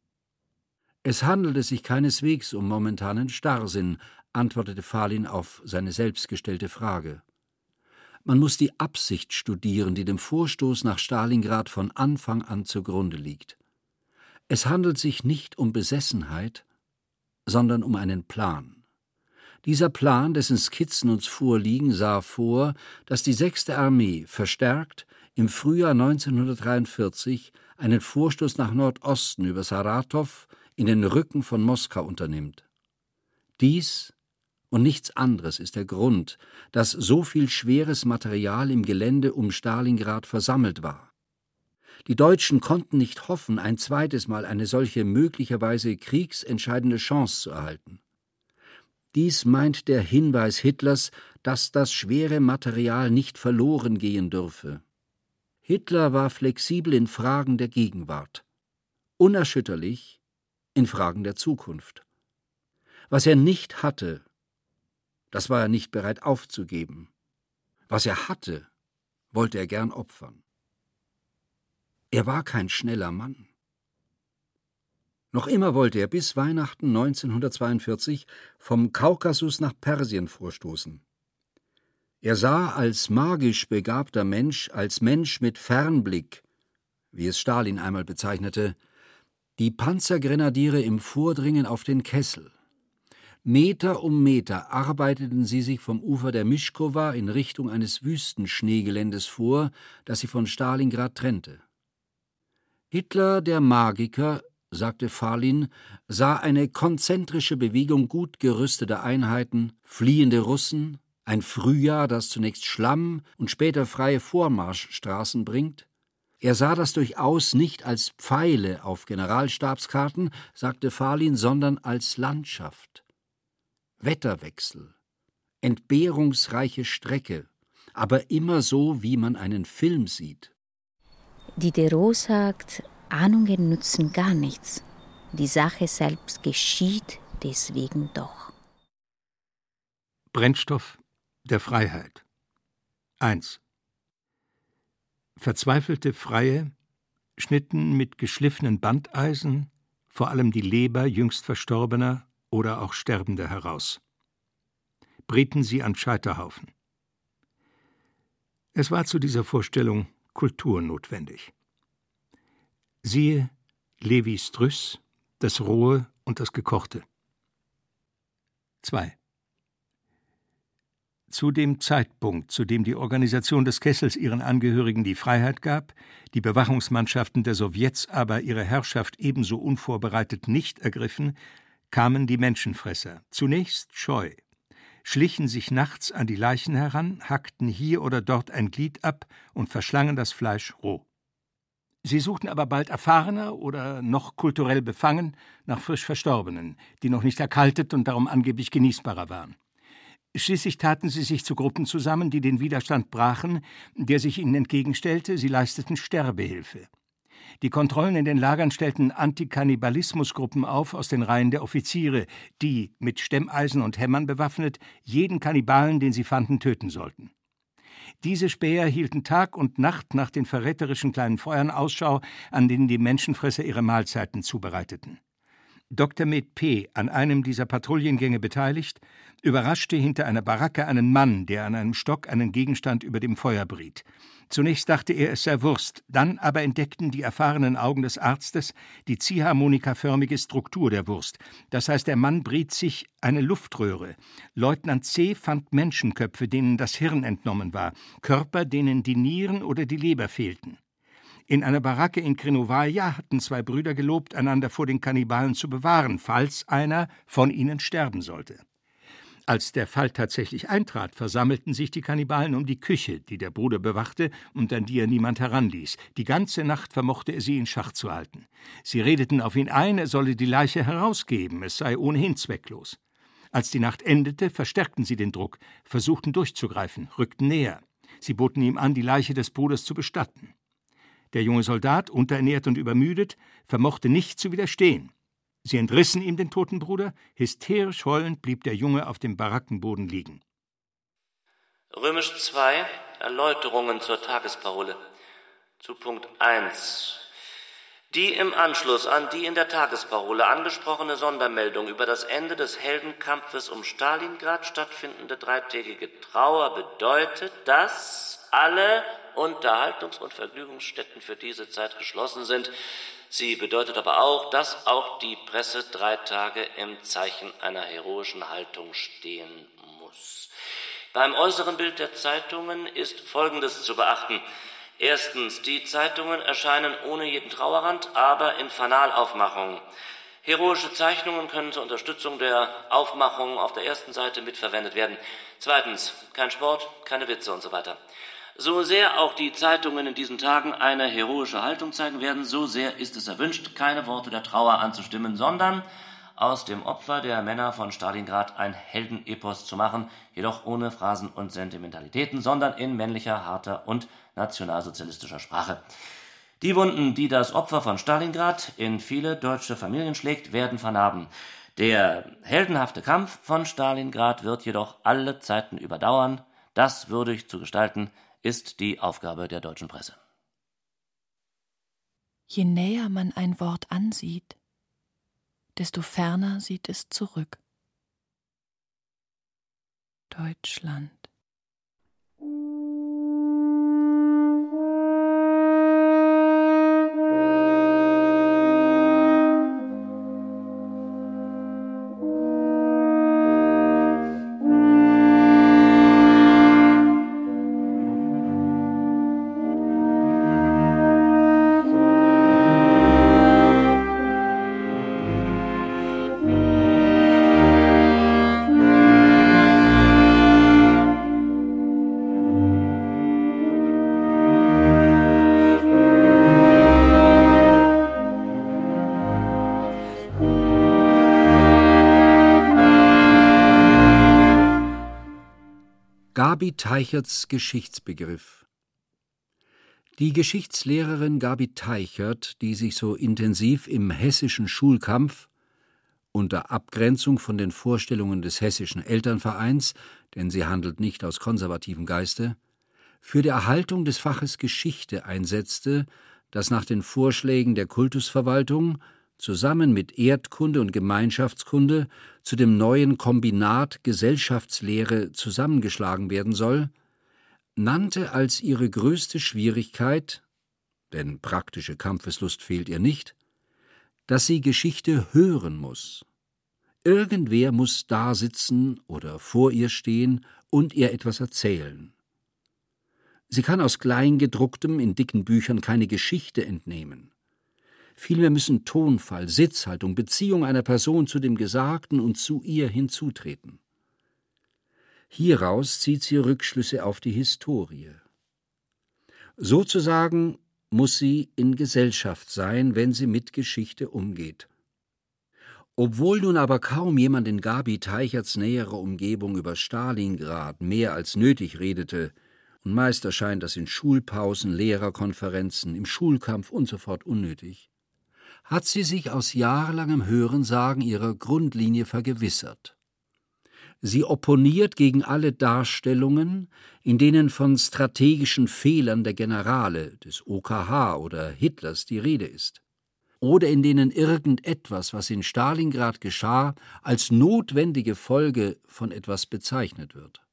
Es handelte sich keineswegs um momentanen Starrsinn, antwortete Fahlin auf seine selbstgestellte Frage. Man muss die Absicht studieren, die dem Vorstoß nach Stalingrad von Anfang an zugrunde liegt. Es handelt sich nicht um Besessenheit, sondern um einen Plan. Dieser Plan, dessen Skizzen uns vorliegen, sah vor, dass die 6. Armee verstärkt im Frühjahr 1943 einen Vorstoß nach Nordosten über Saratow in den Rücken von Moskau unternimmt. Dies und nichts anderes ist der Grund, dass so viel schweres Material im Gelände um Stalingrad versammelt war. Die Deutschen konnten nicht hoffen, ein zweites Mal eine solche möglicherweise kriegsentscheidende Chance zu erhalten. Dies meint der Hinweis Hitlers, dass das schwere Material nicht verloren gehen dürfe. Hitler war flexibel in Fragen der Gegenwart, unerschütterlich in Fragen der Zukunft. Was er nicht hatte, das war er nicht bereit aufzugeben. Was er hatte, wollte er gern opfern. Er war kein schneller Mann. Noch immer wollte er bis Weihnachten 1942 vom Kaukasus nach Persien vorstoßen. Er sah als magisch begabter Mensch, als Mensch mit Fernblick, wie es Stalin einmal bezeichnete, die Panzergrenadiere im Vordringen auf den Kessel. Meter um Meter arbeiteten sie sich vom Ufer der Mischkowa in Richtung eines Wüstenschneegeländes vor, das sie von Stalingrad trennte. Hitler, der Magiker, sagte Falin, sah eine konzentrische Bewegung gut gerüsteter Einheiten, fliehende Russen, ein Frühjahr, das zunächst Schlamm und später freie Vormarschstraßen bringt. Er sah das durchaus nicht als Pfeile auf Generalstabskarten, sagte Falin, sondern als Landschaft. Wetterwechsel, entbehrungsreiche Strecke, aber immer so, wie man einen Film sieht. Diderot sagt, Ahnungen nützen gar nichts. Die Sache selbst geschieht deswegen doch. Brennstoff der Freiheit. 1. Verzweifelte Freie schnitten mit geschliffenen Bandeisen vor allem die Leber jüngst Verstorbener oder auch Sterbender heraus. Brieten sie an Scheiterhaufen. Es war zu dieser Vorstellung Kultur notwendig. Siehe Lévi-Strauss, das Rohe und das Gekochte. 2. Zu dem Zeitpunkt, zu dem die Organisation des Kessels ihren Angehörigen die Freiheit gab, die Bewachungsmannschaften der Sowjets aber ihre Herrschaft ebenso unvorbereitet nicht ergriffen, kamen die Menschenfresser, zunächst scheu, schlichen sich nachts an die Leichen heran, hackten hier oder dort ein Glied ab und verschlangen das Fleisch roh. Sie suchten aber bald erfahrener oder noch kulturell befangen nach frisch Verstorbenen, die noch nicht erkaltet und darum angeblich genießbarer waren. Schließlich taten sie sich zu Gruppen zusammen, die den Widerstand brachen, der sich ihnen entgegenstellte, sie leisteten Sterbehilfe. Die Kontrollen in den Lagern stellten Antikannibalismusgruppen auf aus den Reihen der Offiziere, die, mit Stemmeisen und Hämmern bewaffnet, jeden Kannibalen, den sie fanden, töten sollten. Diese Späher hielten Tag und Nacht nach den verräterischen kleinen Feuern Ausschau, an denen die Menschenfresser ihre Mahlzeiten zubereiteten. Dr. Med P., an einem dieser Patrouillengänge beteiligt, überraschte hinter einer Baracke einen Mann, der an einem Stock einen Gegenstand über dem Feuer briet. Zunächst dachte er, es sei Wurst, dann aber entdeckten die erfahrenen Augen des Arztes die ziehharmonikaförmige Struktur der Wurst. Das heißt, der Mann briet sich eine Luftröhre. Leutnant C. fand Menschenköpfe, denen das Hirn entnommen war, Körper, denen die Nieren oder die Leber fehlten. In einer Baracke in Krinowaja hatten 2 Brüder gelobt, einander vor den Kannibalen zu bewahren, falls einer von ihnen sterben sollte. Als der Fall tatsächlich eintrat, versammelten sich die Kannibalen um die Küche, die der Bruder bewachte und an die er niemand heranließ. Die ganze Nacht vermochte er sie in Schach zu halten. Sie redeten auf ihn ein, er solle die Leiche herausgeben, es sei ohnehin zwecklos. Als die Nacht endete, verstärkten sie den Druck, versuchten durchzugreifen, rückten näher. Sie boten ihm an, die Leiche des Bruders zu bestatten. Der junge Soldat, unterernährt und übermüdet, vermochte nicht zu widerstehen. Sie entrissen ihm den toten Bruder, hysterisch heulend blieb der Junge auf dem Barackenboden liegen. Römisch 2, Erläuterungen zur Tagesparole. Zu Punkt 1. Die im Anschluss an die in der Tagesparole angesprochene Sondermeldung über das Ende des Heldenkampfes um Stalingrad stattfindende 3-tägige Trauer bedeutet, dass alle Unterhaltungs- und Vergnügungsstätten für diese Zeit geschlossen sind. Sie bedeutet aber auch, dass auch die Presse 3 Tage im Zeichen einer heroischen Haltung stehen muss. Beim äußeren Bild der Zeitungen ist Folgendes zu beachten. Erstens, die Zeitungen erscheinen ohne jeden Trauerrand, aber in Fanalaufmachung. Heroische Zeichnungen können zur Unterstützung der Aufmachung auf der ersten Seite mitverwendet werden. Zweitens, kein Sport, keine Witze und so weiter. So sehr auch die Zeitungen in diesen Tagen eine heroische Haltung zeigen werden, so sehr ist es erwünscht, keine Worte der Trauer anzustimmen, sondern aus dem Opfer der Männer von Stalingrad ein Heldenepos zu machen, jedoch ohne Phrasen und Sentimentalitäten, sondern in männlicher, harter und nationalsozialistischer Sprache. Die Wunden, die das Opfer von Stalingrad in viele deutsche Familien schlägt, werden vernarben. Der heldenhafte Kampf von Stalingrad wird jedoch alle Zeiten überdauern. Das würdig zu gestalten, ist die Aufgabe der deutschen Presse. Je näher man ein Wort ansieht, desto ferner sieht es zurück. Deutschland. Gabi Teicherts Geschichtsbegriff. Die Geschichtslehrerin Gabi Teichert, die sich so intensiv im hessischen Schulkampf unter Abgrenzung von den Vorstellungen des hessischen Elternvereins, denn sie handelt nicht aus konservativem Geiste, für die Erhaltung des Faches Geschichte einsetzte, das nach den Vorschlägen der Kultusverwaltung zusammen mit Erdkunde und Gemeinschaftskunde zu dem neuen Kombinat Gesellschaftslehre zusammengeschlagen werden soll, nannte als ihre größte Schwierigkeit, denn praktische Kampfeslust fehlt ihr nicht, dass sie Geschichte hören muss. Irgendwer muss da sitzen oder vor ihr stehen und ihr etwas erzählen. Sie kann aus Kleingedrucktem in dicken Büchern keine Geschichte entnehmen. Vielmehr müssen Tonfall, Sitzhaltung, Beziehung einer Person zu dem Gesagten und zu ihr hinzutreten. Hieraus zieht sie Rückschlüsse auf die Historie. Sozusagen muss sie in Gesellschaft sein, wenn sie mit Geschichte umgeht. Obwohl nun aber kaum jemand in Gabi Teicherts näherer Umgebung über Stalingrad mehr als nötig redete, und meist erscheint das in Schulpausen, Lehrerkonferenzen, im Schulkampf und so fort unnötig, hat sie sich aus jahrelangem Hörensagen ihrer Grundlinie vergewissert. Sie opponiert gegen alle Darstellungen, in denen von strategischen Fehlern der Generale, des OKH oder Hitlers die Rede ist, oder in denen irgendetwas, was in Stalingrad geschah, als notwendige Folge von etwas bezeichnet wird.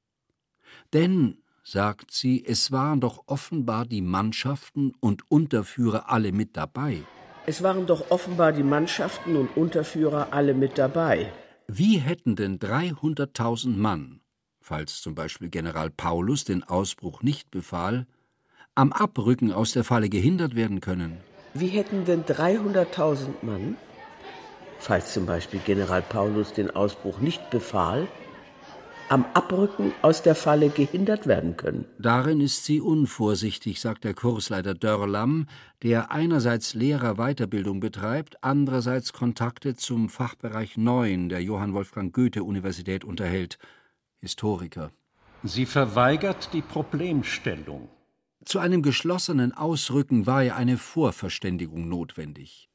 Denn, sagt sie, es waren doch offenbar die Mannschaften und Unterführer alle mit dabei. Es waren doch offenbar die Mannschaften und Unterführer alle mit dabei. Wie hätten denn 300.000 Mann, falls zum Beispiel General Paulus den Ausbruch nicht befahl, am Abrücken aus der Falle gehindert werden können? Wie hätten denn 300.000 Mann, falls zum Beispiel General Paulus den Ausbruch nicht befahl, am Abrücken aus der Falle gehindert werden können? Darin ist sie unvorsichtig, sagt der Kursleiter Dörlam, der einerseits Lehrerweiterbildung betreibt, andererseits Kontakte zum Fachbereich 9 der Johann Wolfgang Goethe-Universität unterhält. Historiker. Sie verweigert die Problemstellung. Zu einem geschlossenen Ausrücken war ja eine Vorverständigung notwendig.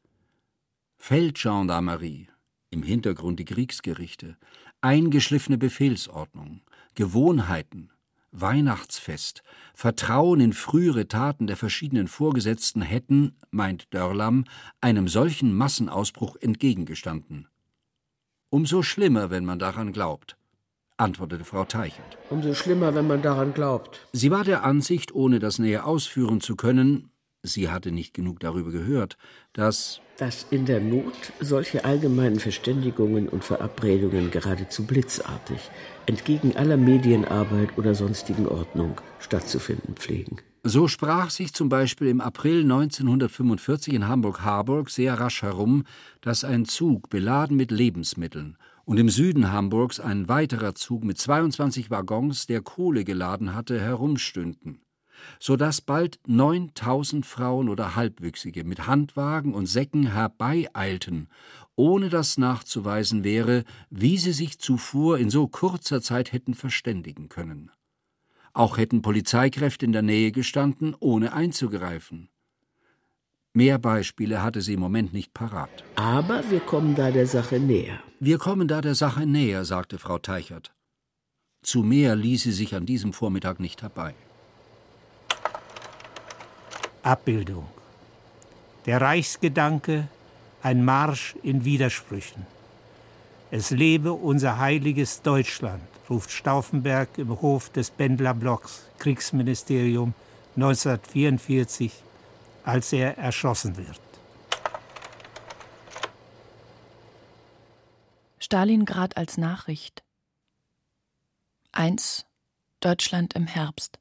Feldgendarmerie, im Hintergrund die Kriegsgerichte, eingeschliffene Befehlsordnung, Gewohnheiten, Weihnachtsfest, Vertrauen in frühere Taten der verschiedenen Vorgesetzten hätten, meint Dörlam, einem solchen Massenausbruch entgegengestanden. Umso schlimmer, wenn man daran glaubt, antwortete Frau Teichert. Umso schlimmer, wenn man daran glaubt. Sie war der Ansicht, ohne das näher ausführen zu können, sie hatte nicht genug darüber gehört, dass in der Not solche allgemeinen Verständigungen und Verabredungen geradezu blitzartig, entgegen aller Medienarbeit oder sonstigen Ordnung, stattzufinden pflegen. So sprach sich zum Beispiel im April 1945 in Hamburg-Harburg sehr rasch herum, dass ein Zug beladen mit Lebensmitteln und im Süden Hamburgs ein weiterer Zug mit 22 Waggons, der Kohle geladen hatte, herumstünden. sodass bald 9.000 Frauen oder Halbwüchsige mit Handwagen und Säcken herbeieilten, ohne dass nachzuweisen wäre, wie sie sich zuvor in so kurzer Zeit hätten verständigen können. Auch hätten Polizeikräfte in der Nähe gestanden, ohne einzugreifen. Mehr Beispiele hatte sie im Moment nicht parat. Aber wir kommen da der Sache näher. Wir kommen da der Sache näher, sagte Frau Teichert. Zu mehr ließ sie sich an diesem Vormittag nicht herbei. Abbildung. Der Reichsgedanke, ein Marsch in Widersprüchen. Es lebe unser heiliges Deutschland, ruft Stauffenberg im Hof des Bendlerblocks, Kriegsministerium, 1944, als er erschossen wird. Stalingrad als Nachricht. 1. Deutschland im Herbst.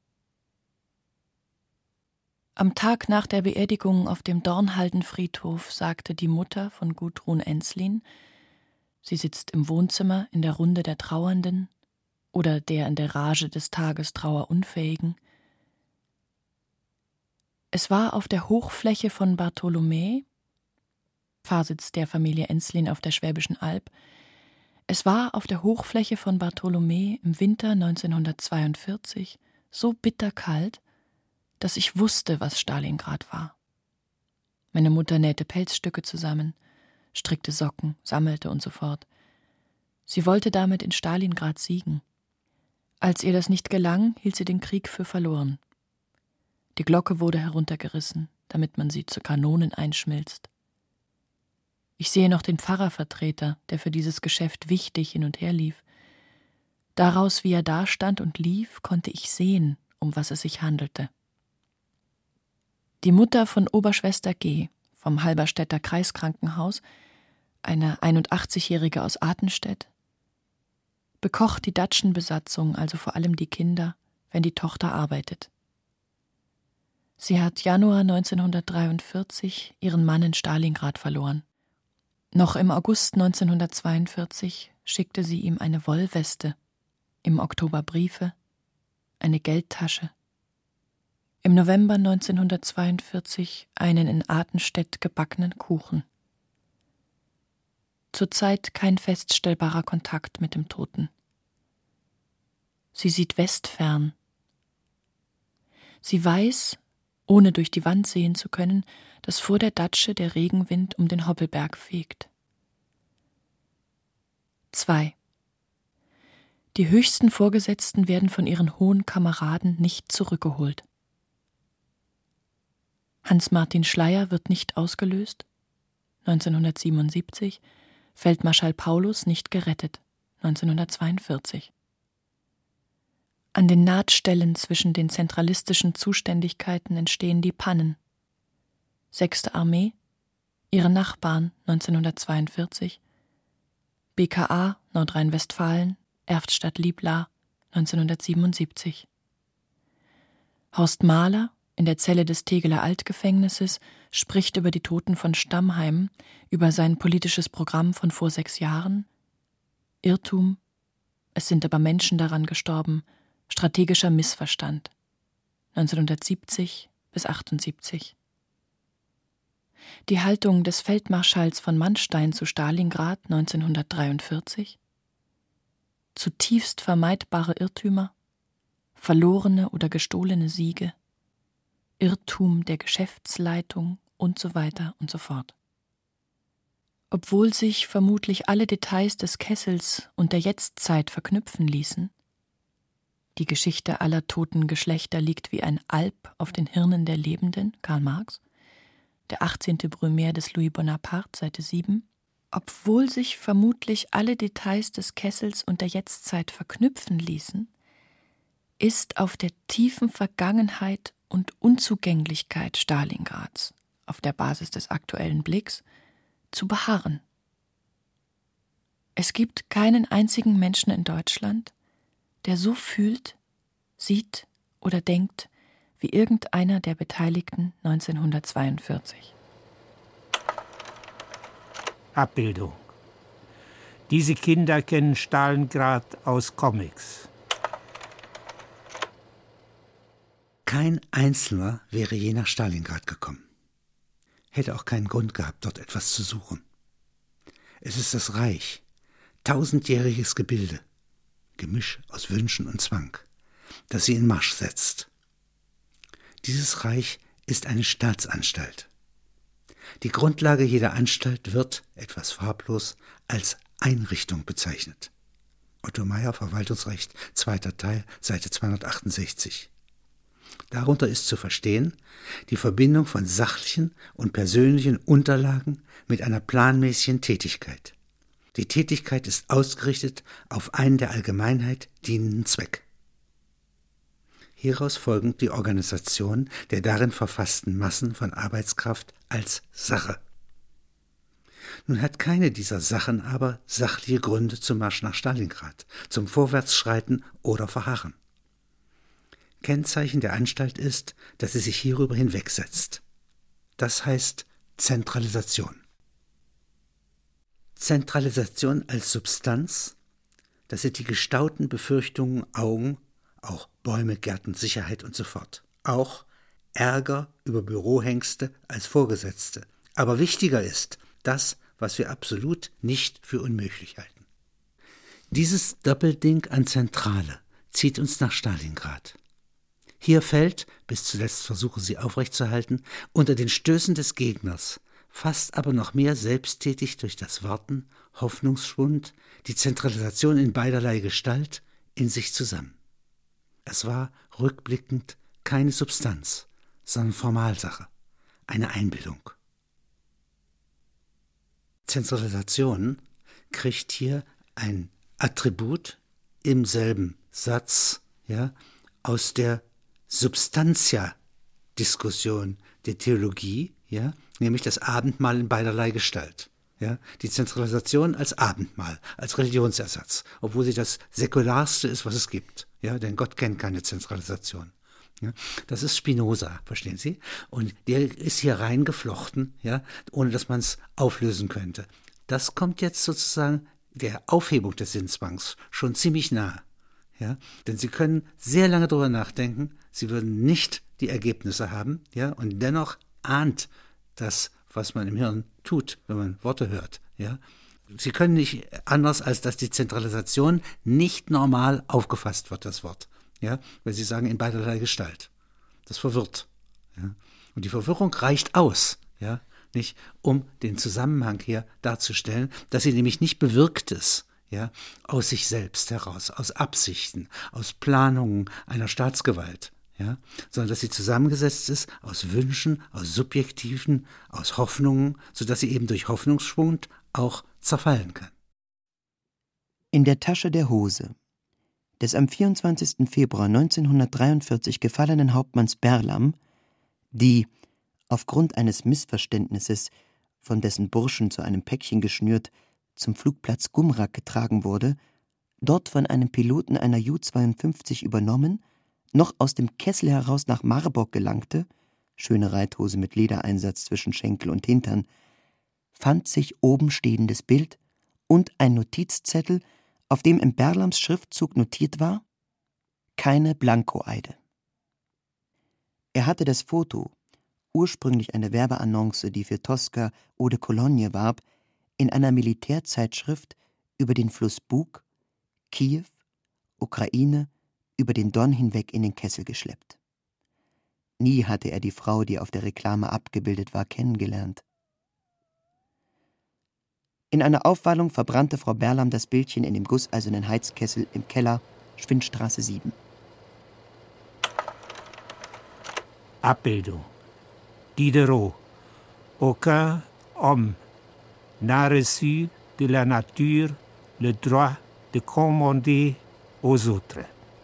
Am Tag nach der Beerdigung auf dem Dornhalden-Friedhof sagte die Mutter von Gudrun Enslin, sie sitzt im Wohnzimmer in der Runde der Trauernden oder der in der Rage des Tages Trauerunfähigen: Es war auf der Hochfläche von Bartholomä, Pfarrsitz der Familie Enslin auf der Schwäbischen Alb, es war auf der Hochfläche von Bartholomä im Winter 1942 so bitterkalt, dass ich wusste, was Stalingrad war. Meine Mutter nähte Pelzstücke zusammen, strickte Socken, sammelte und so fort. Sie wollte damit in Stalingrad siegen. Als ihr das nicht gelang, hielt sie den Krieg für verloren. Die Glocke wurde heruntergerissen, damit man sie zu Kanonen einschmilzt. Ich sehe noch den Pfarrervertreter, der für dieses Geschäft wichtig hin und her lief. Daraus, wie er dastand und lief, konnte ich sehen, um was es sich handelte. Die Mutter von Oberschwester G. vom Halberstädter Kreiskrankenhaus, eine 81-Jährige aus Artenstedt, bekocht die Datschenbesatzung, also vor allem die Kinder, wenn die Tochter arbeitet. Sie hat Januar 1943 ihren Mann in Stalingrad verloren. Noch im August 1942 schickte sie ihm eine Wollweste, im Oktober Briefe, eine Geldtasche. Im November 1942 einen in Artenstedt gebackenen Kuchen. Zurzeit kein feststellbarer Kontakt mit dem Toten. Sie sieht westfern. Sie weiß, ohne durch die Wand sehen zu können, dass vor der Datsche der Regenwind um den Hoppelberg fegt. 2. Die höchsten Vorgesetzten werden von ihren hohen Kameraden nicht zurückgeholt. Hans-Martin Schleyer wird nicht ausgelöst, 1977, Feldmarschall Paulus nicht gerettet, 1942. An den Nahtstellen zwischen den zentralistischen Zuständigkeiten entstehen die Pannen. 6. Armee, ihre Nachbarn 1942, BKA Nordrhein-Westfalen, Erftstadt-Liebla 1977. Horst Mahler in der Zelle des Tegeler Altgefängnisses spricht über die Toten von Stammheim, über sein politisches Programm von vor 6 Jahren. Irrtum, es sind aber Menschen daran gestorben, strategischer Missverstand. 1970 bis 78. Die Haltung des Feldmarschalls von Manstein zu Stalingrad 1943. Zutiefst vermeidbare Irrtümer, verlorene oder gestohlene Siege, Irrtum der Geschäftsleitung und so weiter und so fort. Obwohl sich vermutlich alle Details des Kessels und der Jetztzeit verknüpfen ließen, die Geschichte aller toten Geschlechter liegt wie ein Alp auf den Hirnen der Lebenden, Karl Marx, der 18. Brumaire des Louis Bonaparte, Seite 7, obwohl sich vermutlich alle Details des Kessels und der Jetztzeit verknüpfen ließen, ist auf der tiefen Vergangenheit und Unzugänglichkeit Stalingrads, auf der Basis des aktuellen Blicks, zu beharren. Es gibt keinen einzigen Menschen in Deutschland, der so fühlt, sieht oder denkt wie irgendeiner der Beteiligten 1942. Abbildung. Diese Kinder kennen Stalingrad aus Comics. Kein Einzelner wäre je nach Stalingrad gekommen. Hätte auch keinen Grund gehabt, dort etwas zu suchen. Es ist das Reich, 1000-jähriges Gebilde, Gemisch aus Wünschen und Zwang, das sie in Marsch setzt. Dieses Reich ist eine Staatsanstalt. Die Grundlage jeder Anstalt wird, etwas farblos, als Einrichtung bezeichnet. Otto Meyer, Verwaltungsrecht, 2. Teil, Seite 268. Darunter ist zu verstehen die Verbindung von sachlichen und persönlichen Unterlagen mit einer planmäßigen Tätigkeit. Die Tätigkeit ist ausgerichtet auf einen der Allgemeinheit dienenden Zweck. Hieraus folgend die Organisation der darin verfassten Massen von Arbeitskraft als Sache. Nun hat keine dieser Sachen aber sachliche Gründe zum Marsch nach Stalingrad, zum Vorwärtsschreiten oder Verharren. Kennzeichen der Anstalt ist, dass sie sich hierüber hinwegsetzt. Das heißt Zentralisation. Zentralisation als Substanz, das sind die gestauten Befürchtungen, Augen, auch Bäume, Gärten, Sicherheit und so fort. Auch Ärger über Bürohengste als Vorgesetzte. Aber wichtiger ist das, was wir absolut nicht für unmöglich halten. Dieses Doppelding an Zentrale zieht uns nach Stalingrad. Hier fällt, bis zuletzt versuchen sie aufrechtzuerhalten, unter den Stößen des Gegners, fast aber noch mehr selbsttätig durch das Warten, Hoffnungsschwund, die Zentralisation in beiderlei Gestalt, in sich zusammen. Es war rückblickend keine Substanz, sondern Formalsache, eine Einbildung. Zentralisation kriegt hier ein Attribut im selben Satz, ja, aus der Substantia-Diskussion der Theologie, ja, nämlich das Abendmahl in beiderlei Gestalt. Ja, die Zentralisation als Abendmahl, als Religionsersatz, obwohl sie das Säkularste ist, was es gibt. Ja, denn Gott kennt keine Zentralisation. Ja, das ist Spinoza, verstehen Sie? Und der ist hier reingeflochten, ja, ohne dass man es auflösen könnte. Das kommt jetzt sozusagen der Aufhebung des Sinnzwangs schon ziemlich nahe. Ja, denn Sie können sehr lange darüber nachdenken, Sie würden nicht die Ergebnisse haben, ja, und dennoch ahnt das, was man im Hirn tut, wenn man Worte hört, ja. Sie können nicht anders, als dass die Zentralisation nicht normal aufgefasst wird, das Wort, ja, weil Sie sagen in beiderlei Gestalt. Das verwirrt, ja. Und die Verwirrung reicht aus, ja, nicht, um den Zusammenhang hier darzustellen, dass sie nämlich nicht bewirkt ist, ja, aus sich selbst heraus, aus Absichten, aus Planungen einer Staatsgewalt, ja, sondern dass sie zusammengesetzt ist aus Wünschen, aus Subjektiven, aus Hoffnungen, sodass sie eben durch Hoffnungsschwund auch zerfallen kann. In der Tasche der Hose des am 24. Februar 1943 gefallenen Hauptmanns Berlam, die, aufgrund eines Missverständnisses, von dessen Burschen zu einem Päckchen geschnürt, zum Flugplatz Gumrak getragen wurde, dort von einem Piloten einer Ju-52 übernommen, noch aus dem Kessel heraus nach Marburg gelangte, schöne Reithose mit Ledereinsatz zwischen Schenkel und Hintern, fand sich oben stehendes Bild und ein Notizzettel, auf dem im Berlams Schriftzug notiert war: keine Blankoeide. Er hatte das Foto, ursprünglich eine Werbeannonce, die für Tosca Eau de Cologne warb, in einer Militärzeitschrift über den Fluss Bug, Kiew, Ukraine, über den Don hinweg in den Kessel geschleppt. Nie hatte er die Frau, die auf der Reklame abgebildet war, kennengelernt. In einer Aufwallung verbrannte Frau Berlam das Bildchen in dem gusseisernen Heizkessel im Keller, Schwindstraße 7. Abbildung. Diderot. Aucun homme n'a reçu de la nature le droit de commander aux autres.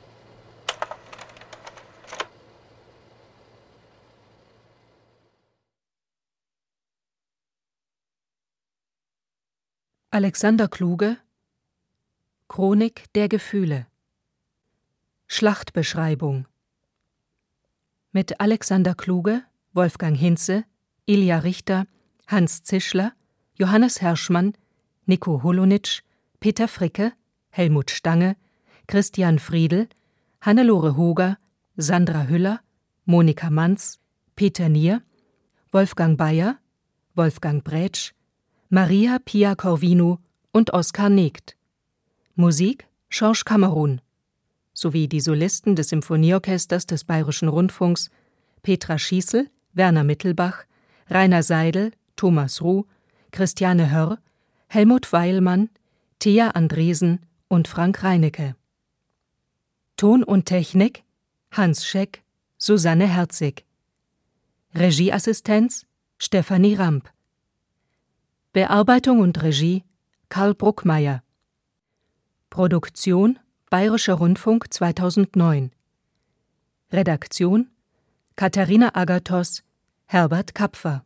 Alexander Kluge, Chronik der Gefühle. Schlachtbeschreibung. Mit Alexander Kluge, Wolfgang Hinze, Ilja Richter, Hans Zischler, Johannes Herschmann, Nico Holonitsch, Peter Fricke, Helmut Stange, Christian Friedl, Hannelore Hoger, Sandra Hüller, Monika Manz, Peter Nier, Wolfgang Bayer, Wolfgang Brätsch, Maria Pia Corvino und Oskar Negt. Musik Schorsch Kamerun. Sowie die Solisten des Symphonieorchesters des Bayerischen Rundfunks Petra Schießel, Werner Mittelbach, Rainer Seidel, Thomas Ruh, Christiane Hörr, Helmut Weilmann, Thea Andresen und Frank Reinecke. Ton und Technik Hans Scheck, Susanne Herzig. Regieassistenz Stefanie Ramp. Bearbeitung und Regie Karl Bruckmeier. Produktion Bayerischer Rundfunk 2009. Redaktion Katharina Agathos, Herbert Kapfer.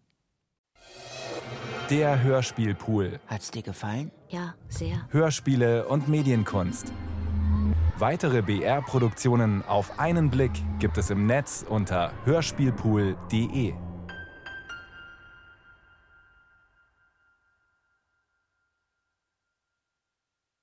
Der Hörspielpool. Hat's dir gefallen? Ja, sehr. Hörspiele und Medienkunst. Weitere BR-Produktionen auf einen Blick gibt es im Netz unter hörspielpool.de.